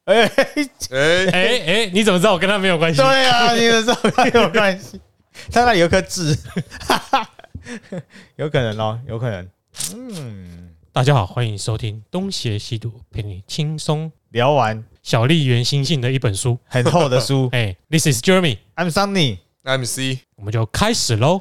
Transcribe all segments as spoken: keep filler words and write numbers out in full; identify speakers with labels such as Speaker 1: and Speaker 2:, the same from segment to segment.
Speaker 1: 哎哎
Speaker 2: 哎哎，你怎么知道我跟他没有关系？
Speaker 1: 对啊，你怎么知道我跟他有关系？他那里有颗痣，有可能哦，有可能。嗯，
Speaker 2: 大家好，欢迎收听东邪西毒，陪你轻松
Speaker 1: 聊完
Speaker 2: 小笠原心性的一本书，
Speaker 1: 很厚的书。
Speaker 2: 哎 ，This is Jeremy，
Speaker 1: I'm Sunny，
Speaker 3: I'm C，
Speaker 2: 我们就开始喽。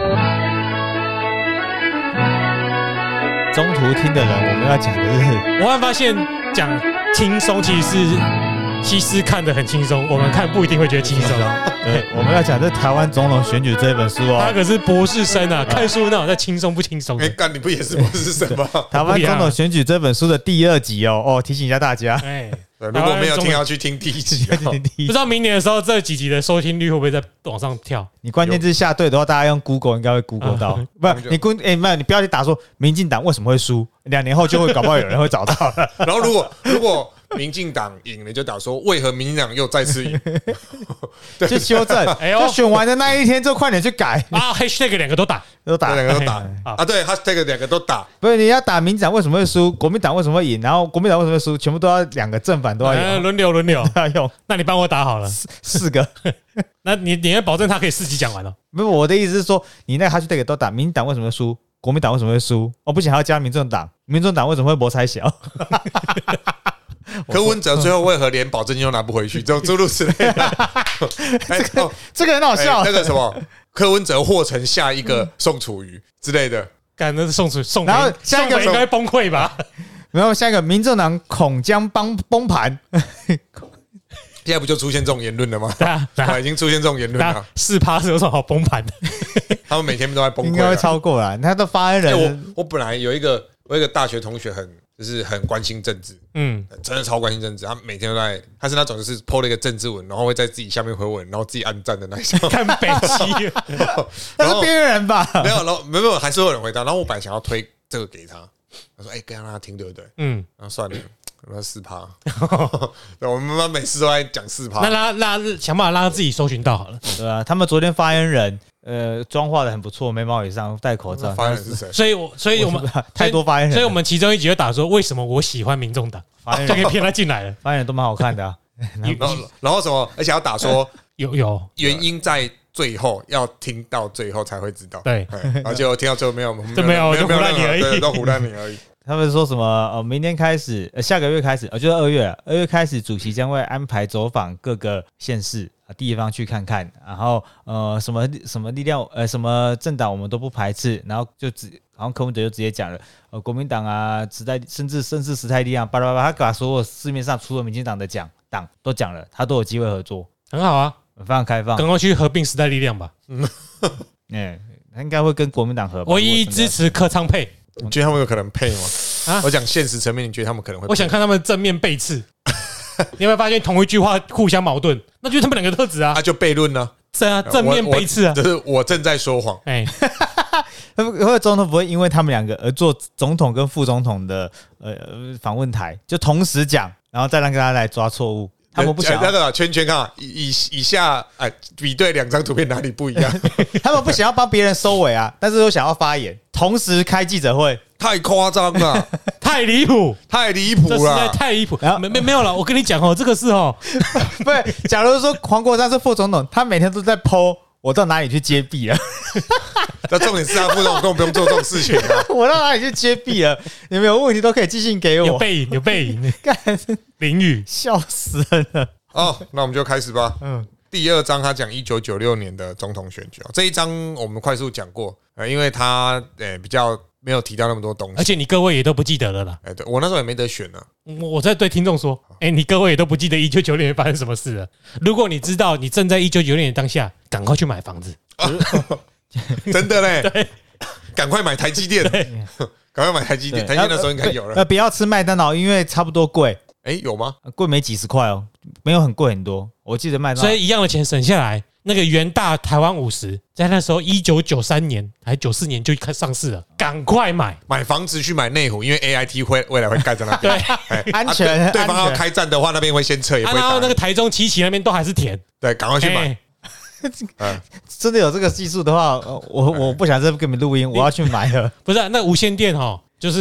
Speaker 1: 中途听的人，我们要讲的是，
Speaker 2: 我忽然发现讲轻松其实是西施看得很轻松，我们看不一定会觉得轻松。
Speaker 1: 对，我们要讲这台湾总统选举这一本书哦。
Speaker 2: 他可是博士生啊，看书那种在轻松不轻松
Speaker 3: 哎，干你不也是博士生吗？
Speaker 1: 台湾总统选举这本书的第二集哦，哦，提醒一下大家。
Speaker 2: 哎，
Speaker 3: 如果没有听，要去听第一集。
Speaker 2: 不知道明年的时候这几集的收听率会不会再往上跳？
Speaker 1: 你关键字下对的话，大家用 Google 应该会 Google 到。不，你 Google 哎，没有，你不要去打说民进党为什么会输，两年后就会搞不好有人会找到了。
Speaker 3: 然后如果如果民进党赢了，就打说为何民进党又再次赢，
Speaker 1: 就修正。
Speaker 2: 哎呦，
Speaker 1: 就选完的那一天就快点去改
Speaker 2: 啊 ！#hashtag 两个都打，
Speaker 1: 都打，
Speaker 3: 两个都打啊！对 ，#hashtag 两个都打。
Speaker 1: 不是你要打民进党为什么会输，国民党为什么会赢，然后国民党为什么会输，全部都要两个正反都要用，
Speaker 2: 轮流轮流
Speaker 1: 都要用。
Speaker 2: 那你帮我打好了，
Speaker 1: 四个。
Speaker 2: 那你你要保证他可以四集讲完了。
Speaker 1: 没有，我的意思是说，你那个 hashtag 都打，民进党为什么会输，国民党为什么会输？哦，不行，还要加民众党，民众党为什么会博猜小？
Speaker 3: 柯文哲最后为何连保证金都拿不回去？这种诸如此类的。
Speaker 1: 哎，这个这个很好笑。
Speaker 3: 那个什么，柯文哲或成下一个宋楚瑜之类的，
Speaker 2: 干那是宋楚宋，
Speaker 1: 然后下一个
Speaker 2: 应该崩溃吧？
Speaker 1: 然后下一个民众党恐将崩崩盘。
Speaker 3: 现在不就出现这种言论了吗？
Speaker 2: 对啊，对啊，
Speaker 3: 已经出现这种言论了。
Speaker 2: 四趴是有什么好崩盘的？
Speaker 3: 他们每天都在崩溃，
Speaker 1: 应该会超过了。他的发言人，
Speaker 3: 我我本来有一个我有一个大学同学很。就是很关心政治，嗯，真的超关心政治。他每天都在，他是那种就是 po 了一个政治文，然后会在自己下面回文，然后自己按赞的那一种。
Speaker 2: 看北七，
Speaker 1: 那是边缘人吧？
Speaker 3: 没有，然后没有，没有，还是会有人回答。然后我本来想要推这个给他，他说：“哎、欸，跟让他听，对不对？”嗯，然后算了，我们四趴，对，我们每次都在讲四趴。
Speaker 2: 那拉拉想办法让他自己搜寻到好了。
Speaker 1: 对啊，他们昨天发言人。呃，妆化的很不错，眉毛以上，戴口罩。
Speaker 3: 发言人是谁？
Speaker 2: 所以我，所以我们
Speaker 1: 太多发言人，
Speaker 2: 所以我们其中一集就打说，为什么我喜欢民众党，就可以骗他进来了。
Speaker 1: 发言人都蛮好看的啊。
Speaker 3: 然后，然后什么？而且要打说
Speaker 2: 有有
Speaker 3: 原因在最后，要听到最后才会知道。
Speaker 2: 对，
Speaker 3: 然后就听到最后没有，
Speaker 2: 就没有，就胡乱你而已，
Speaker 3: 都胡乱你而已。
Speaker 1: 他们说什么？呃，明天开始，呃，下个月开始，呃，就是二月了。二月开始，主席将会安排走访各个县市、呃、地方去看看，然后呃，什么什么力量，呃，什么政党我们都不排斥。然后就直，好像柯文哲就直接讲了，呃，国民党啊，时代，甚至甚至时代力量，巴拉巴拉，他把所有市面上除了民进党的讲党都讲了，他都有机会合作，
Speaker 2: 很好啊，
Speaker 1: 非常开放。
Speaker 2: 赶快去合并时代力量吧。
Speaker 1: 嗯，欸、他应该会跟国民党合。
Speaker 2: 唯一支持柯昌配。
Speaker 3: 你觉得他们有可能配吗？啊，我讲现实层面，你觉得他们可能会配？
Speaker 2: 我想看他们正面背刺。你有没有发现同一句话互相矛盾？那就是他们两个特质啊。
Speaker 3: 他、啊、就悖论呢？
Speaker 2: 对啊，正面背刺啊。
Speaker 3: 就是我正在说谎。哎，
Speaker 1: 他们或者总统不会因为他们两个而做总统跟副总统的呃访问台，就同时讲，然后再让大家来抓错误。他们不想
Speaker 3: 那个圈圈看啊，以以下哎比对两张图片哪里不一样？
Speaker 1: 他们不想要帮别人收尾啊，但是又想要发言，同时开记者会，
Speaker 3: 太夸张了，
Speaker 2: 太离谱，
Speaker 3: 太离谱了，
Speaker 2: 这实在太离谱。没没没有了，我跟你讲哦，这个是哦，
Speaker 1: 不是，假如说黄国昌是副总统，他每天都在 po 我到哪里去接币了。
Speaker 3: 那重点是他副总统根本不用做这种事情啊！
Speaker 1: 我到哪里去接币了？你们有问题都可以寄信给我。
Speaker 2: 有背影，有背影，
Speaker 1: 干
Speaker 2: 淋雨，
Speaker 1: 笑死人了。
Speaker 3: 哦，那我们就开始吧。嗯，第二章他讲一九九六年的总统选举，这一章我们快速讲过，呃，因为他呃比较没有提到那么多东西，
Speaker 2: 而且你各位也都不记得了啦。
Speaker 3: 哎，对我那时候也没得选呢。
Speaker 2: 我我在对听众说，哎，你各位也都不记得一九九六年发生什么事了。如果你知道你正在一九九六年当下，赶快去买房子。
Speaker 3: 真的嘞，对，赶快买台积电，赶快买台积电，台积电那时候应该有了。
Speaker 1: 呃，不要吃麦当劳，因为差不多贵。
Speaker 3: 哎、欸，有吗？
Speaker 1: 贵没几十块哦，没有很贵很多。我记得麦当劳，
Speaker 2: 所以一样的钱省下来，那个元大台湾五十，在那时候一九九三年还九四年就开上市了，赶快买
Speaker 3: 买房子去买内湖，因为 A I T 会未来会盖在那边，
Speaker 1: 对，安全。
Speaker 3: 啊、对, 对方要开战的话，那边会先撤，也不会打、啊。
Speaker 2: 然后那个台中七期那边都还是田，
Speaker 3: 对，赶快去买。欸
Speaker 1: 嗯、真的有这个技术的话，我我不想再给你们录音，我要去买了。
Speaker 2: 不是、啊、那无线电哈，就是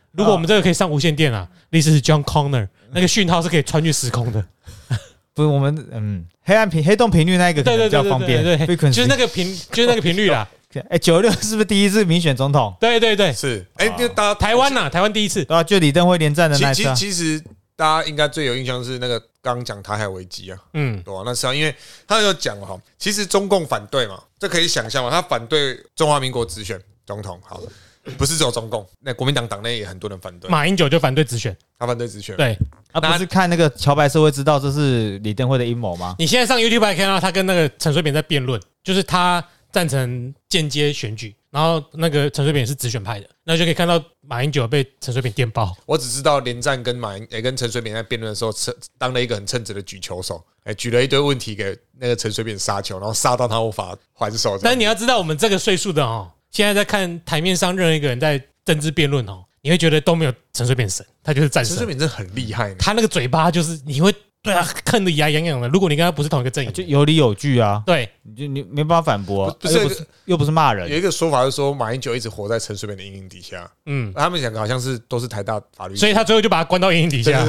Speaker 2: 如果我们这个可以上无线电啊，类似是 John Connor 那个讯号是可以穿越时空的。
Speaker 1: 不是我们嗯，黑暗频黑洞频率那一个可能比较方便，
Speaker 2: 对对对，就是那个频，就是那个频率啦。
Speaker 1: 哎，九六是不是第一次民选总统？
Speaker 2: 对对对，
Speaker 3: 是。哎，因为大家
Speaker 2: 台湾呐，台湾第一次，
Speaker 1: 对啊，就李登辉连战的那一次。
Speaker 3: 其实其实大家应该最有印象是那个刚刚讲台海危机啊，嗯，对吧？那是啊，因为他有讲哈，其实中共反对嘛，这可以想象嘛，他反对中华民国直选总统，好。不是只有中共，那国民党党内也很多人反对。
Speaker 2: 马英九就反对直选，
Speaker 3: 他反对直选。
Speaker 2: 对，
Speaker 1: 他不是看那个乔白社会知道这是李登辉的阴谋吗？
Speaker 2: 你现在上 YouTube 还看到他跟那个陈水扁在辩论，就是他赞成间接选举，然后那个陈水扁是直选派的，那就可以看到马英九被陈水扁电爆。
Speaker 3: 我只知道连战跟马英也跟陈水扁在辩论的时候，当了一个很称职的举球手，哎，举了一堆问题给那个陈水扁杀球，然后杀到他无法还手。
Speaker 2: 但是你要知道，我们这个岁数的哦。现在在看台面上任何一个人在政治辩论哦，你会觉得都没有陈水扁神，他就是战神。
Speaker 3: 陈水扁真的很厉害，
Speaker 2: 他那个嘴巴就是你会对他恨得牙痒痒的。如果你跟他不是同一个阵营，
Speaker 1: 就有理有据啊。
Speaker 2: 对，
Speaker 1: 你就你没办法反驳、啊，
Speaker 3: 不是
Speaker 1: 又不是又不是骂人。
Speaker 3: 有一个说法是说马英九一直活在陈水扁的阴影底下，嗯，他们两个好像是都是台大法律系，
Speaker 2: 所以他最后就把他关到阴影底下。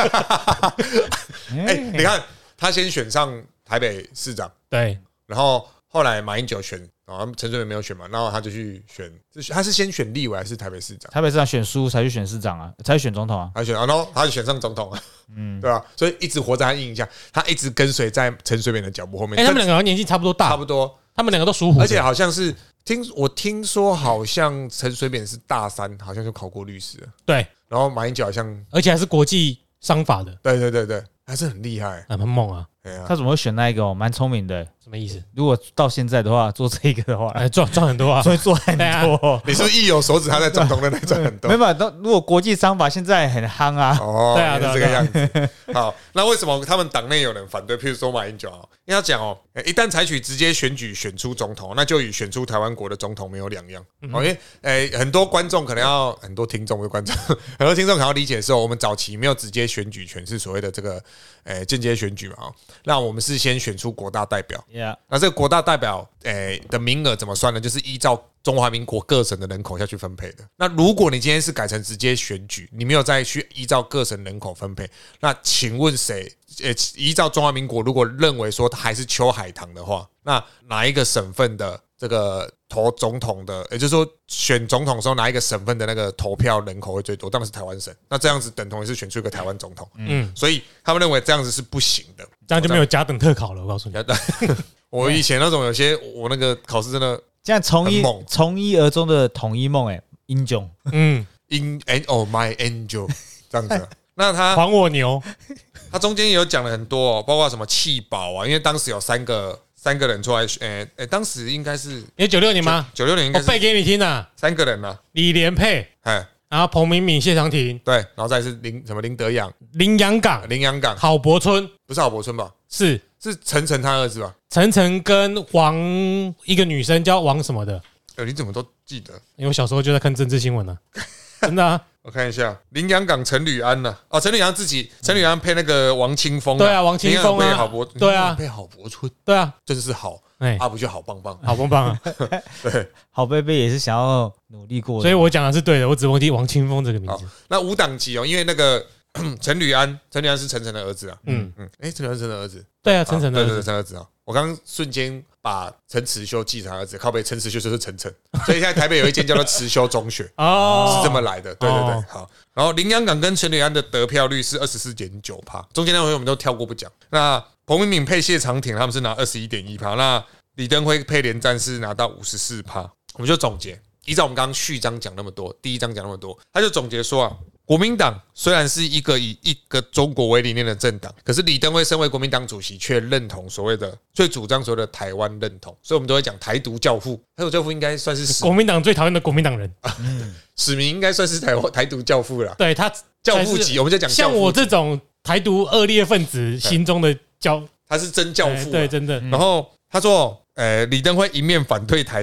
Speaker 3: 哎，你看他先选上台北市长，
Speaker 2: 对，
Speaker 3: 然后后来马英九选。哦，陈水扁没有选嘛，然后他就去选，他是先选立委还是台北市长？
Speaker 1: 台北市长选输才去选市长啊，才选总统啊，
Speaker 3: 他选，然后他就选上总统啊，嗯，对吧？所以一直活在他阴影下，他一直跟随在陈水扁的脚步后面。
Speaker 2: 哎，他们两个好像年纪差不多大，
Speaker 3: 差不多，
Speaker 2: 他们两个都属虎，
Speaker 3: 而且好像是听我听说，好像陈水扁是大三，好像就考过律师了，
Speaker 2: 对，
Speaker 3: 然后马英九好像，
Speaker 2: 而且还是国际商法的，
Speaker 3: 对对对对，还是很厉害，
Speaker 2: 很猛啊。
Speaker 1: 他怎么会选那一个？哦，蛮聪明的。
Speaker 2: 什么意思？
Speaker 1: 如果到现在的话，做这个的话，
Speaker 2: 哎，赚赚很多啊，
Speaker 1: 所以做很多。
Speaker 3: 你是不是一有手指，他在总统的那赚很多？
Speaker 1: 没有，如果国际商法现在很夯啊，
Speaker 3: 哦，对啊，是这个样子。好，那为什么他们党内有人反对？譬如说马英九啊，因为他讲哦，一旦采取直接选举选出总统，那就与选出台湾国的总统没有两样。哦，因为诶，很多观众可能要，很多听众不是观众，很多听众可能要理解的时候，我们早期没有直接选举权，是所谓的这个诶间接选举嘛，哦，那我们是先选出国大代表，
Speaker 1: yeah.
Speaker 3: 那这个国大代表诶的名额怎么算呢？就是依照中华民国各省的人口下去分配的。那如果你今天是改成直接选举，你没有再去依照各省人口分配，那请问谁？呃，依照中华民国如果认为说他还是邱海棠的话，那哪一个省份的这个投总统的，也就是说选总统的时候哪一个省份的那个投票人口会最多？当然是台湾省。那这样子等同于是选出一个台湾总统。嗯，所以他们认为这样子是不行的，
Speaker 2: 这样就没有甲等特考了。我告诉你，
Speaker 3: 我以前那种有些我那个考试真的
Speaker 1: 这样从一从一而终的统一梦，哎，英雄，
Speaker 3: 嗯，英 Oh my angel 这样子。那他
Speaker 2: 还我牛，
Speaker 3: 他中间也有讲了很多哦，包括什么弃保啊，因为当时有三个三个人出来，诶诶，当时应该是
Speaker 2: 因为九六年吗？
Speaker 3: 九六年应该是
Speaker 2: 我背给你听啊，
Speaker 3: 三个人啊，
Speaker 2: 李连佩，
Speaker 3: 哎，
Speaker 2: 然后彭明敏、谢长廷，
Speaker 3: 对，然后再是林什么林德阳、
Speaker 2: 林洋港、
Speaker 3: 林洋港、
Speaker 2: 郝柏村，
Speaker 3: 不是郝柏村吧？
Speaker 2: 是
Speaker 3: 是陈诚他儿子吧？
Speaker 2: 陈诚跟王一个女生叫王什么的？
Speaker 3: 呃，你怎么都记得？
Speaker 2: 因为我小时候就在看政治新闻呢，真的啊。
Speaker 3: 我看一下，林洋港陈履安呢？哦，陈履安自己，陈履安配那个王清风，
Speaker 2: 对啊，王清风啊，
Speaker 3: 郝柏，
Speaker 2: 对啊，
Speaker 3: 配郝柏村，
Speaker 2: 对啊，
Speaker 3: 真是好，阿不就好棒棒，
Speaker 2: 好棒棒啊！
Speaker 3: 对，
Speaker 1: 郝贝贝也是想要努力过，
Speaker 2: 所以我讲的是对的，我只忘记王清风这个名字。
Speaker 3: 那无党籍哦，因为那个陈履安，陈履安是陈诚的儿子啊，嗯嗯，哎，陈履安是陈的儿子，
Speaker 2: 对啊，陈诚的儿子，
Speaker 3: 对对陈儿子啊，我刚刚瞬间把陈慈修记成儿子，靠北陈慈修就是陈诚，所以现在台北有一间叫做慈修中学，哦，是这么来的，对对对，好。然后林洋港跟陈履安的得票率是二十四点九趴，中间那回我们都跳过不讲。那彭明敏配谢长廷他们是拿二十一点一趴，那李登辉配连战是拿到五十四趴。我们就总结，依照我们刚刚序章讲那么多，第一章讲那么多，他就总结说啊。国民党虽然是一个以一个中国为理念的政党，可是李登辉身为国民党主席，却认同所谓的，最主张所谓的台湾认同，所以我们都会讲台独教父。台独教父应该算是
Speaker 2: 国民党最讨厌的国民党人，
Speaker 3: 史明应该算是台台独教父了。
Speaker 2: 对他
Speaker 3: 教父级，我们就讲
Speaker 2: 像我这种台独恶劣分子心中的教，
Speaker 3: 他是真教父，
Speaker 2: 对，真的。
Speaker 3: 然后他说，呃，李登辉一面反对台独。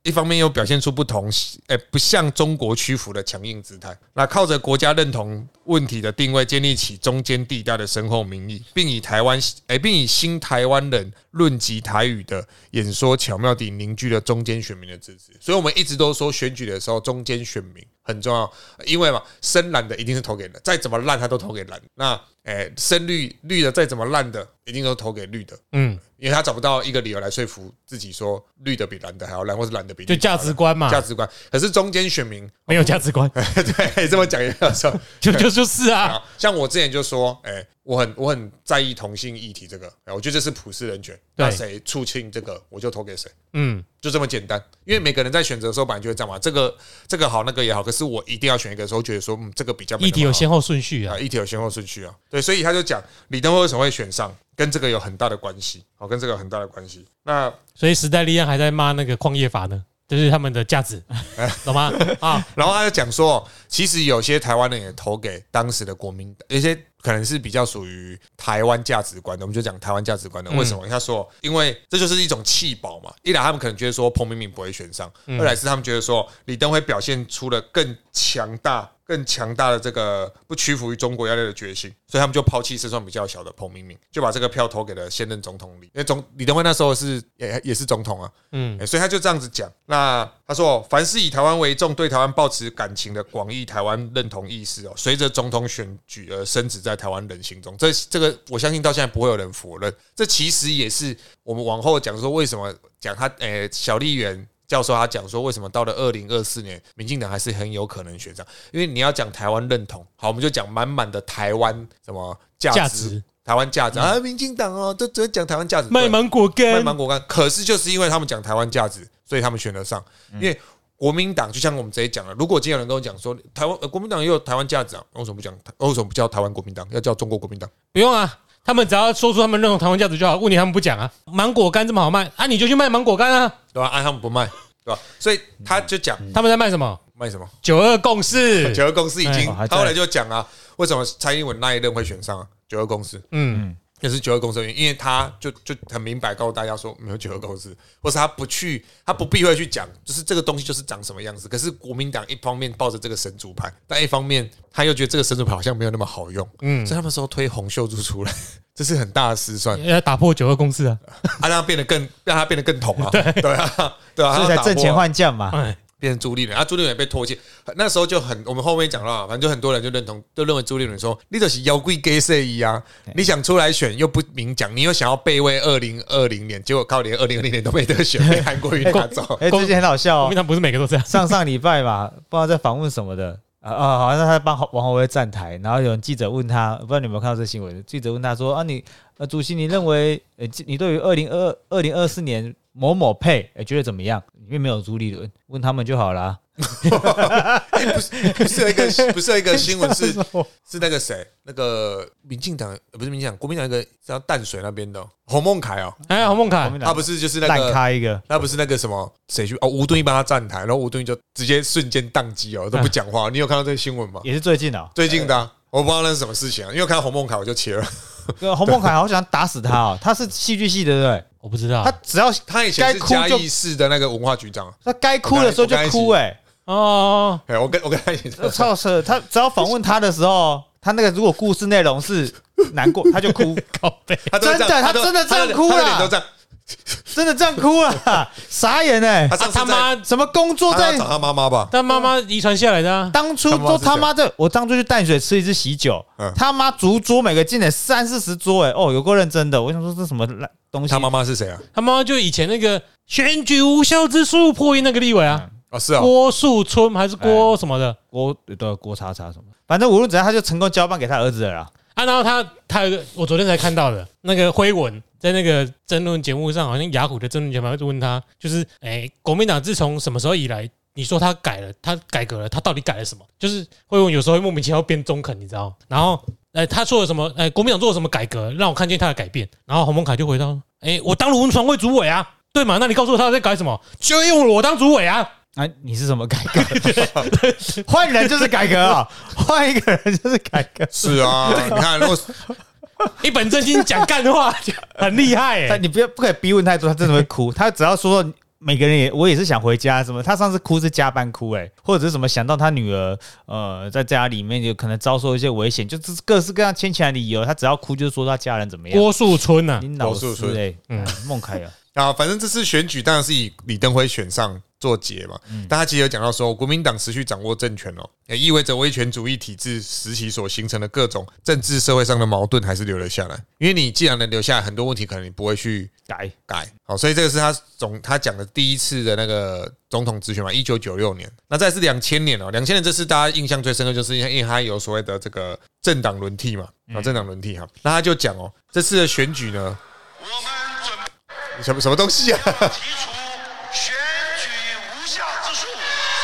Speaker 3: 一方面又表现出不同，诶、欸，不向中国屈服的强硬姿态。那靠着国家认同问题的定位，建立起中间地带的深厚民意，并以台湾诶、欸，并以新台湾人论及台语的演说，巧妙地凝聚了中间选民的支持。所以我们一直都说选举的时候，中间选民很重要，因为嘛，深蓝的一定是投给蓝，再怎么烂他都投给蓝。那诶、欸，深绿绿的再怎么烂的，一定都投给绿的。嗯，因为他找不到一个理由来说服自己说绿的比蓝的还要烂，或是蓝的比绿的
Speaker 2: 就价值观嘛，
Speaker 3: 价值观。可是中间选民
Speaker 2: 没有价值观，
Speaker 3: 对，这么讲也没有错，
Speaker 2: 就就就是啊。
Speaker 3: 像我之前就说，哎、欸，我很我很在意同性议题这个，我觉得这是普世人权，那谁促进这个，我就投给谁。嗯，就这么简单。因为每个人在选择的时候，本来就会这样嘛，这个这个好，那个也好，可是我一定要选一个的时候，觉得说，嗯，这个比较
Speaker 2: 议题有先后顺序啊，
Speaker 3: 议题有先后顺序啊，对，所以他就讲李登辉为什么会选上，跟这个有很大的关系，好，跟这个有很大的关系。那
Speaker 2: 所以时代力量还在骂那个矿业法呢。就是他们的价值，懂吗？啊，
Speaker 3: 然后他就讲说，其实有些台湾人也投给当时的国民党，有些可能是比较属于台湾价值观的，我们就讲台湾价值观的。为什么？他说，因为这就是一种弃保嘛。一来他们可能觉得说彭明敏不会选上，二来是他们觉得说李登辉表现出了更强大。更强大的这个不屈服于中国压力的决心，所以他们就抛弃胜算比较小的彭明敏，就把这个票投给了现任总统李，因为总李登辉那时候是也也是总统啊，嗯，所以他就这样子讲。那他说，凡是以台湾为重、对台湾抱持感情的广义台湾认同意识哦，随着总统选举而深植在台湾人心中。这这个我相信到现在不会有人否认。这其实也是我们往后讲说为什么讲他，诶、欸，小笠原教授他讲说，为什么到了二零二四年，民进党还是很有可能选上？因为你要讲台湾认同，好，我们就讲满满的台湾什么价值，台湾价值啊，民进党哦，都只会讲台湾价值，
Speaker 2: 卖芒果干，
Speaker 3: 卖芒果干。可是就是因为他们讲台湾价值，所以他们选得上。因为国民党就像我们直接讲了，如果今天有人跟我讲说，台湾、呃、国民党也有台湾价值啊，为什么不讲？为什么不叫台湾国民党，要叫中国国民党？
Speaker 2: 不用啊。他们只要说出他们认同台湾价值就好，问题他们不讲啊。芒果干这么好卖啊，你就去卖芒果干啊，
Speaker 3: 对吧、啊？啊，他们不卖，对吧？所以他就讲
Speaker 2: 他们在卖什么？
Speaker 3: 卖什么？
Speaker 2: 九二共识，
Speaker 3: 九二共识已经，他后来就讲啊，为什么蔡英文那一任会选上啊？九二共识，嗯，也是九二共识的原因，因为他就就很明白告诉大家说没有九二共识，或是他不去，他不避讳去讲，就是这个东西就是长什么样子。可是国民党一方面抱着这个神主牌，但一方面他又觉得这个神主牌好像没有那么好用，嗯，所以他们说推洪秀柱出来。这是很大的失算，
Speaker 2: 要打破九二共识啊，
Speaker 3: 啊，让它变得更，让它变得更统啊，对对啊，对啊，
Speaker 1: 所以才挣钱换将嘛，
Speaker 3: 变成朱立伦啊，朱立伦也被唾弃，那时候就很，我们后面讲了，反正就很多人就认同，就认为朱立伦说，你就是妖怪给谁一样，你想出来选又不明讲，你又想要备位二零二零年，结果靠连二零二零年都没得选，被韩国瑜拿走，
Speaker 1: 哎，最近很好笑哦，
Speaker 2: 国民党不是每个都这样，
Speaker 1: 上上礼拜吧，不知道在访问什么的。啊啊！好像他帮王宏威站台，然后有人记者问他，不知道你有没有看到这新闻？记者问他说：“啊，你呃，主席，你认为呃，你对于二零二二零二四年某某配，哎，觉得怎么样？因为没有朱立伦，问他们就好了。”
Speaker 3: 欸、不是不是有一个不是有一个新闻是是那个谁那个民进党不是民进党国民党一个叫淡水那边的洪孟凯哦，
Speaker 2: 哎洪孟凯
Speaker 3: 他不是就是那个
Speaker 1: 烂开一个，
Speaker 3: 他不是那个什么谁去哦吴敦义帮他站台，然后吴敦义就直接瞬间宕机哦都不讲话，你有看到这个新闻吗？
Speaker 1: 也是最近的、哦，
Speaker 3: 最近的、啊，我不知道那是什么事情啊，因为我看到洪孟凯我就切了。
Speaker 1: 洪孟凯好想打死他哦，他是戏剧系的对不对？
Speaker 2: 我不知道，
Speaker 1: 他只要
Speaker 3: 他以前是嘉义市的那个文化局长，
Speaker 1: 他该哭的时候就哭哎、欸。
Speaker 2: 哦，
Speaker 3: 哎，我跟我跟他一起，
Speaker 1: 超扯！他只要访问他的时候，他那个如果故事内容是难过，他就哭，
Speaker 2: 靠背，
Speaker 1: 真的，他真的这样哭了，真的这样哭了，傻眼哎！
Speaker 3: 他
Speaker 2: 他妈
Speaker 1: 什么工作在
Speaker 3: 找他妈妈吧？
Speaker 2: 他妈妈遗传下来的啊。
Speaker 1: 当初都他妈的，我当初去淡水吃一次喜酒，他妈逐桌每个进来三四十桌哎，哦，有够认真的。我想说这什么东西？
Speaker 3: 他妈妈是谁啊？
Speaker 2: 他妈妈就以前那个选举无效之诉破音那个立委啊。
Speaker 3: 哦，是啊，
Speaker 2: 郭树春还是郭什么的？
Speaker 1: 郭对郭叉叉什么？反正无论怎样，他就成功交棒给他儿子了啦。
Speaker 2: 啊，然后他他有一个，我昨天才看到的那个辉文，在那个争论节目上，好像雅虎的争论节目就问他，就是哎、欸，国民党自从什么时候以来，你说他改了，他改革了，他到底改了什么？就是辉文有时候会莫名其妙变中肯，你知道？然后哎、欸，他做了什么？哎、欸，国民党做了什么改革，让我看见他的改变？然后洪孟凯就回到，哎、欸，我当了文传会主委啊，对嘛？那你告诉我他在改什么？就用我当主委啊。
Speaker 1: 啊，你是什么改革？换人就是改革啊，换一个人就是改革。
Speaker 3: 是啊，你看，如果
Speaker 2: 一本正经讲干话，很厉害哎、欸。
Speaker 1: 你不要不可以逼问太多，他真的会哭。他只要说每个人也我也是想回家，什么他上次哭是加班哭哎、欸，或者是什么想到他女儿呃在家里面有可能遭受一些危险，就是各式各样牵起来的理由，他只要哭就说他家人怎么样。
Speaker 2: 郭树春呐，
Speaker 1: 郭树春哎，嗯，孟凯啊。
Speaker 3: 啊，反正这次选举当然是以李登辉选上做结嘛，嗯、但他其实有讲到说，国民党持续掌握政权哦，也意味着威权主义体制时期所形成的各种政治社会上的矛盾还是留了下来。因为你既然能留下来，很多问题可能你不会去
Speaker 1: 改
Speaker 3: 改，好，所以这个是他总他讲的第一次的那个总统直选嘛，一九九六年，那再是两千年哦，两千年这次大家印象最深刻，就是因为他有所谓的这个政党轮替嘛，啊，政党轮替哈，那他就讲哦，这次的选举呢。什么什么东西啊？提出选举无效之诉。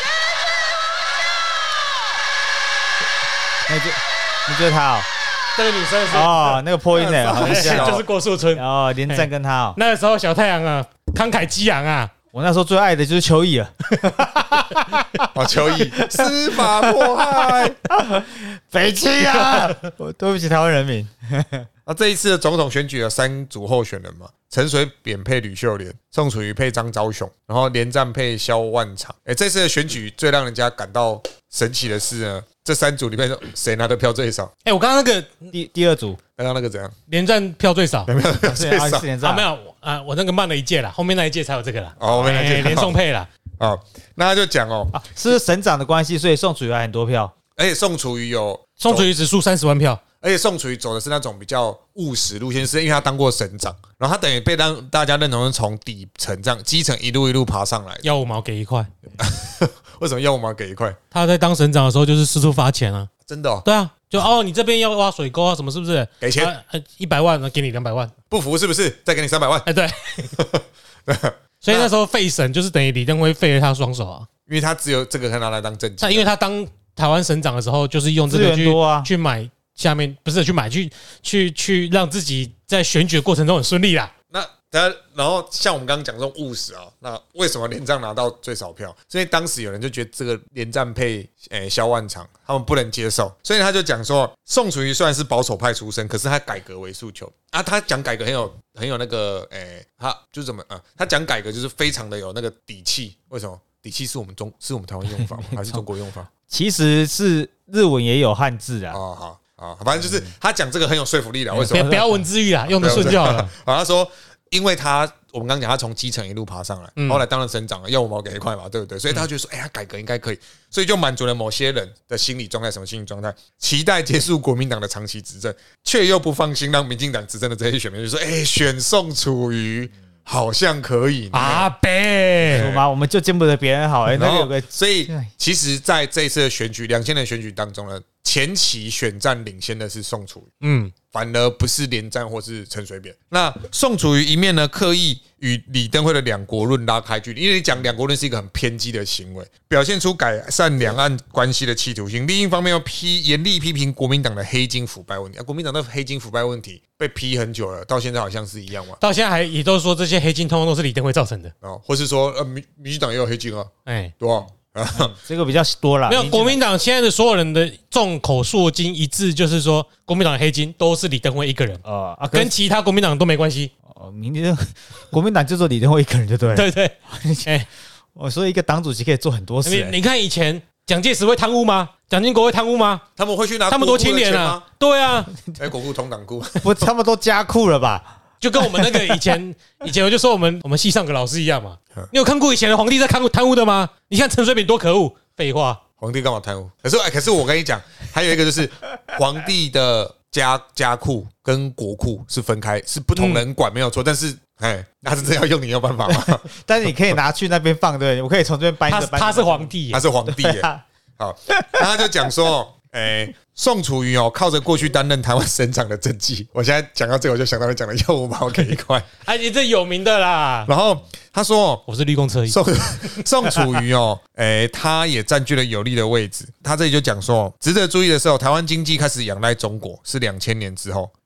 Speaker 1: 那就你觉得他哦？
Speaker 2: 那个女生是
Speaker 1: 哦，那个破音的，好像
Speaker 2: 就是郭树春
Speaker 1: 哦，连战跟他哦。
Speaker 2: 那个时候小太阳啊，慷慨激昂啊。
Speaker 1: 我那时候最爱的就是邱毅了。
Speaker 3: 哦，邱毅司法迫害，
Speaker 1: 匪气啊！对不起台湾人民。
Speaker 3: 那这一次的总统选举有三组候选人嘛，陈水扁配吕秀莲，宋楚瑜配张昭雄，然后连战配萧万长。哎，这次的选举最让人家感到神奇的是呢，这三组里面谁拿的票最少？
Speaker 2: 哎，我刚刚那个
Speaker 1: 第第二组，
Speaker 3: 刚刚那个怎样？
Speaker 2: 连战票最少，
Speaker 3: 没有票最少
Speaker 2: 啊，没有啊，我那个慢了一届了，后面那一届才有这个了。
Speaker 3: 哦，后面那一届
Speaker 2: 连宋配了。
Speaker 3: 哦，那他就讲哦，
Speaker 1: 啊、是省长的关系，所以宋楚瑜还很多票，
Speaker 3: 而且宋楚瑜有
Speaker 2: 宋楚瑜只输三十万票。
Speaker 3: 而且宋楚瑜走的是那种比较务实路线，是因为他当过省长，然后他等于被让大家认同是从底层这样基层一路一路爬上来的。
Speaker 2: 要五毛给一块，
Speaker 3: 为什么要五毛给一块？
Speaker 2: 他在当省长的时候就是四处发钱啊，
Speaker 3: 真的哦。
Speaker 2: 对啊，就哦你这边要挖水沟啊什么是不是？
Speaker 3: 给钱
Speaker 2: 一百万，给你两百万，
Speaker 3: 不服是不是？再给你三百万？
Speaker 2: 哎对，所以那时候废省就是等于李登辉废了他双手啊，
Speaker 3: 因为他只有这个可以拿来当政绩。
Speaker 2: 因为他当台湾省长的时候，就是用这个去去买。下面不是去买去去去让自己在选举的过程中很顺利啦。
Speaker 3: 那他然后像我们刚刚讲这种务实啊，那为什么连战拿到最少票？因为当时有人就觉得这个连战配诶萧万长，他们不能接受，所以他就讲说，宋楚瑜虽然是保守派出身，可是他改革为诉求啊，他讲改革很有很有那个诶，他就是怎么啊？他讲改革就是非常的有那个底气。为什么？底气是我们中是我们台湾用法吗？还是中国用法？
Speaker 1: 其实是日文也有汉字啊。
Speaker 3: 哦好。啊，反正就是他讲这个很有说服力的。为什么？
Speaker 2: 不要文字狱啊，用的顺就好了。
Speaker 3: 好，他说，因为他我们刚刚讲，他从基层一路爬上来，后来当了省长，要五毛给一块嘛，对不对？所以他觉得说，哎、欸，他改革应该可以，所以就满足了某些人的心理状态。什么心理状态？期待结束国民党的长期执政，却又不放心让民进党执政的这些选民就说，哎、欸，选宋楚瑜。好像可以
Speaker 2: 阿贝，
Speaker 1: 有吗？我们就见不得别人好哎、欸，那个有个，
Speaker 3: 所以其实在这一次的选举，两千年选举当中呢，前期选战领先的是宋楚瑜，嗯，反而不是连战或是陈水扁。那宋楚瑜一面呢，刻意与李登辉的两国论拉开距离，因为你讲两国论是一个很偏激的行为，表现出改善两岸关系的企图心。另一方面，要批严厉批评国民党的黑金腐败问题。啊，国民党的黑金腐败问题被批很久了，到现在好像是一样嘛。
Speaker 2: 到现在还也都说这些黑金通通都是李登辉造成的，
Speaker 3: 哦，或是说呃民民进党也有黑金啊，哎，对吧？
Speaker 1: 嗯、这个比较多啦。
Speaker 2: 没有，国民党现在的所有人的众口铄金一致，就是说国民党的黑金都是李登辉一个人，呃啊，跟其他国民党都没关系。
Speaker 1: 哦，明天国民党就做李登辉一个人就对了。
Speaker 2: 对对，
Speaker 1: 哎，我说一个党主席可以做很多事、欸。
Speaker 2: 你你看以前蒋介石会贪污吗？蒋经国会贪污吗？
Speaker 3: 他们会去拿
Speaker 2: 他们多清廉啊，对啊，
Speaker 3: 哎，国库同党库，
Speaker 1: 不，他们都加库了吧？
Speaker 2: 就跟我们那个以前以前我就说我们我们系上个老师一样嘛。你有看过以前的皇帝在贪污贪污的吗？你看陈水扁多可恶，废话，
Speaker 3: 皇帝干嘛贪污？可是哎，可是我跟你讲，还有一个就是皇帝的家家库跟国库是分开，是不同人管没有错，但是哎，那是真要用你有办法吗？
Speaker 1: 但是你可以拿去那边放，对，我可以从这边搬一个。
Speaker 2: 他他是皇帝，
Speaker 3: 他是皇帝耶。好，那他就讲说。哎，宋楚瑜哦，靠着过去担任台湾省长的政绩，我现在讲到这个，我就想到你讲的要五毛给一块，
Speaker 2: 哎，你这有名的啦。
Speaker 3: 然后他说，
Speaker 2: 我是绿共车衣。
Speaker 3: 宋宋楚瑜哦，哎，他也占据了有利的位置。他这里就讲说，值得注意的是哦，台湾经济开始仰赖中国是两千年之后，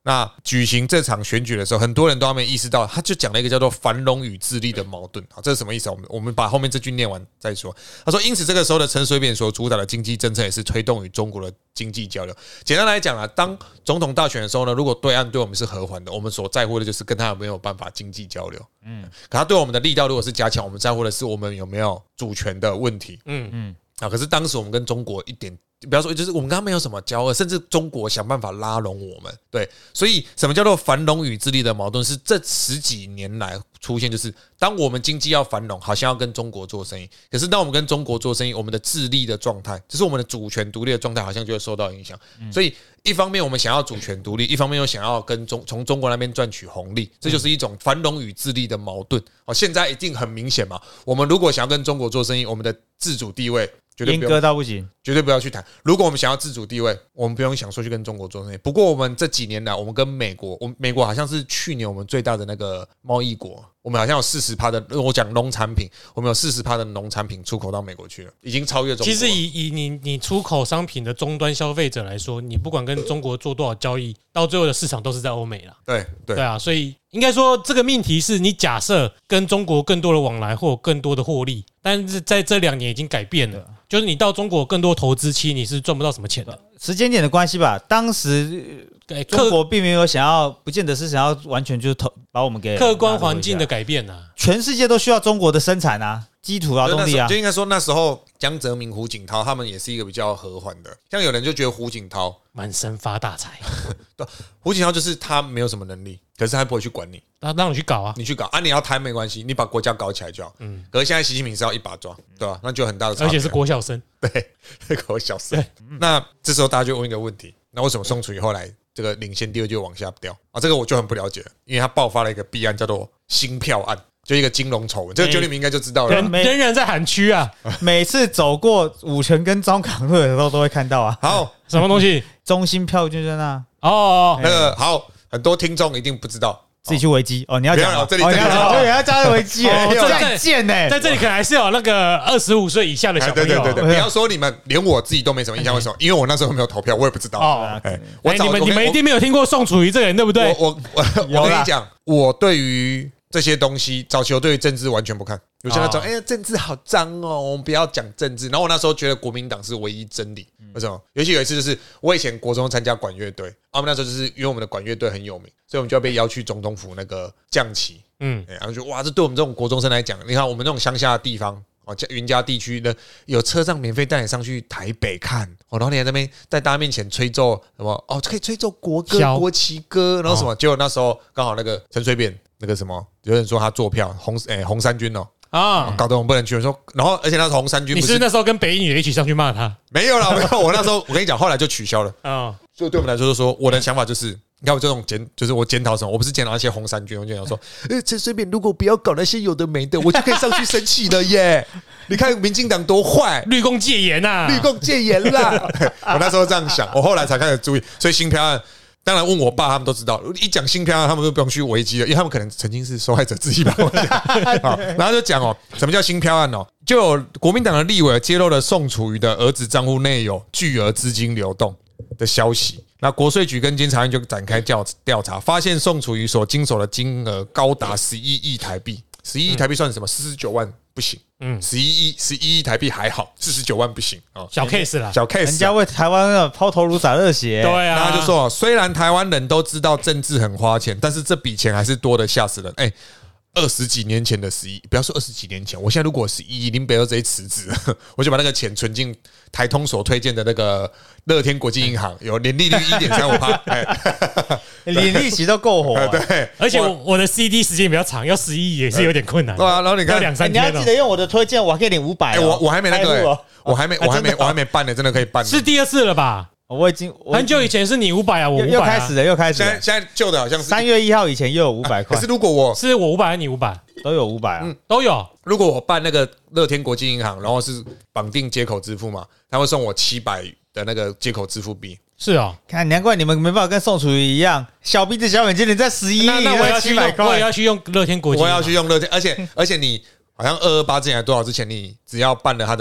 Speaker 3: 那举行这场选举的时候，很多人都还没意识到，他就讲了一个叫做繁荣与自立的矛盾。好，这是什么意思？我们我们把后面这句念完再说。他说，因此这个时候的陈水扁所主导的经济政策也是推动与中国的经济交流。简单来讲啊，当总统大选的时候呢，如果对岸对我们是和缓的，我们所在乎的就是跟他有没有办法经济交流。嗯，可他对我们的力道如果是加强，我们在乎的是我们有没有主权的问题。嗯嗯。啊，可是当时我们跟中国一点。不要说，就是我们刚刚没有什么交恶，甚至中国想办法拉拢我们，对，所以什么叫做繁荣与自立的矛盾？是这十几年来出现，就是当我们经济要繁荣，好像要跟中国做生意，可是当我们跟中国做生意，我们的自立的状态，就是我们的主权独立的状态，好像就会受到影响。所以一方面我们想要主权独立，一方面又想要跟中从中国那边赚取红利，这就是一种繁荣与自立的矛盾。哦，现在一定很明显嘛，我们如果想要跟中国做生意，我们的自主地位。
Speaker 1: 阉割到不行，
Speaker 3: 绝对不要去谈。如果我们想要自主地位，我们不用想说去跟中国做生意。不过我们这几年来，我们跟美国，我们美国好像是去年我们最大的那个贸易国，我们好像有 百分之四十 的，我讲农产品，我们有 百分之四十 的农产品出口到美国去了，已经超越中国。
Speaker 2: 其实以以你你出口商品的终端消费者来说，你不管跟中国做多少交易，到最后的市场都是在欧美啦。
Speaker 3: 对对
Speaker 2: 对啊，所以应该说这个命题是你假设跟中国更多的往来或有更多的获利，但是在这两年已经改变了。就是你到中国更多投资期，你是赚不到什么钱的。
Speaker 1: 时间点的关系吧，当时中国并没有想要，不见得是想要完全就是投把我们给
Speaker 2: 客观环境的改变啊，
Speaker 1: 全世界都需要中国的生产啊，基础劳动力啊。
Speaker 3: 就应该说那时候江泽民、胡锦涛他们也是一个比较和缓的，像有人就觉得胡锦涛
Speaker 2: 满身发大财，
Speaker 3: 对，胡锦涛就是他没有什么能力，可是他不会去管你，
Speaker 2: 他让你去搞啊，
Speaker 3: 你去搞啊，你要贪没关系，你把国家搞起来就好。嗯，可是现在习近平是要一把抓，对吧？那就很大的差别，
Speaker 2: 而且是国小生，
Speaker 3: 对，国小生。那这时候大家就问一个问题：那为什么宋楚瑜后来这个领先第二就往下掉啊？这个我就很不了解了，因为他爆发了一个弊案，叫做新票案。就一个金融丑闻，这个九零民应该就知道了。
Speaker 2: 人人人在喊区啊，
Speaker 1: 每次走过五权跟中港路的时候都会看到啊。
Speaker 3: 好，
Speaker 2: 什么东西？
Speaker 1: 中心票券在那。
Speaker 2: 哦，
Speaker 3: 那个好，很多听众一定不知道。
Speaker 1: 自己去维基哦，你要讲哦，
Speaker 3: 这里，这里
Speaker 1: 你要加维基，这很贱呢。
Speaker 2: 在这里可能还是有那个二十五岁以下的小朋友。
Speaker 3: 对对对对，不要说你们，连我自己都没什么印象，为什么？因为我那时候没有投票，我也不知道。哦，
Speaker 2: 我你们你们一定没有听过宋楚瑜这个人，对不对？
Speaker 3: 我我我我跟你讲，我对于这些东西，早期我对于政治完全不看。有些人讲，哎呀，政治好脏哦，我们不要讲政治。然后我那时候觉得国民党是唯一真理，为什么？尤其有一次，就是我以前国中参加管乐队，我们那时候就是因为我们的管乐队很有名，所以我们就要被邀去总统府那个降旗。嗯，然后就哇，这对我们这种国中生来讲，你看我们那种乡下的地方。哦，云嘉地区的有车上免费带你上去台北看，哦，然后你在那边在大家面前吹奏什么？哦，可以吹奏国歌、国旗歌，然后什么？结果那时候刚好那个陈水扁那个什么，有人说他做票红诶红三军哦。啊，搞得我们不能去。我说，然后而且那时候红三军，
Speaker 2: 你是那时候跟北一女的一起上去骂他？
Speaker 3: 没有啦，没有。我那时候我跟你讲，后来就取消了啊。所以对我们来说，就是说我的想法就是，你看我这种检，就是我检讨什么？我不是检讨那些红三军，我就讲说，呃，陈水扁如果不要搞那些有的没的，我就可以上去升旗了耶！你看民进党多坏，
Speaker 2: 绿共戒严呐，
Speaker 3: 绿共戒严啦。我那时候这样想，我后来才开始注意。所以新票案。当然，问我爸他们都知道，一讲新票案，他们都不用去危机了，因为他们可能曾经是受害者之一吧。然后就讲哦，什么叫新票案哦？就有国民党的立委揭露了宋楚瑜的儿子账户内有巨额资金流动的消息。那国税局跟监察院就展开调调查，发现宋楚瑜所经手的金额高达十一亿台币。十一亿台币算什么？四十九万不行。嗯，十一亿十一亿台币还好，四十九万不行啊，
Speaker 2: 小 case 啦，
Speaker 3: 小 case。
Speaker 1: 人家为台湾抛头颅洒热血，
Speaker 2: 对啊。
Speaker 3: 那他就说，虽然台湾人都知道政治很花钱，但是这笔钱还是多的吓死人。哎、欸，二十几年前的十一，不要说二十几年前，我现在如果十一亿，林北都直接辞职，我就把那个钱存进台通所推荐的那个乐天国际银行，有年利率一点三五趴，
Speaker 1: 连利息都够火、啊。
Speaker 3: 对，
Speaker 2: 而且 我, 我的 C D 时间比较长，要十一也是有点困难。
Speaker 3: 对啊，然后你看
Speaker 2: 两三天、
Speaker 1: 欸，你要记得用我的推荐，我还可以领五百、哦。
Speaker 3: 哎、欸，我我还没那个、欸，我还没我还没我还没办呢，真的可以办。
Speaker 2: 是第二次了吧？
Speaker 1: 我已经
Speaker 2: 很久以前是你五百啊，我五百、啊、
Speaker 1: 又开始了，又开始了。
Speaker 3: 现在现在旧的好像是
Speaker 1: 三月一号以前又有五百块。
Speaker 3: 可是如果我
Speaker 2: 是我五百，还是你五百？
Speaker 1: 都有五百啊、
Speaker 2: 嗯，都有。
Speaker 3: 如果我办那个乐天国际银行，然后是绑定接口支付嘛，他会送我七百的那个接口支付币。
Speaker 2: 是哦，
Speaker 1: 看难怪你们没办法跟宋楚瑜一样，小鼻子小眼睛，你在十一亿，
Speaker 2: 那我要去用，我也要去用乐天国际，
Speaker 3: 我要去用乐天，而且而且你好像二二八之前还多少之前，你只要办了他的那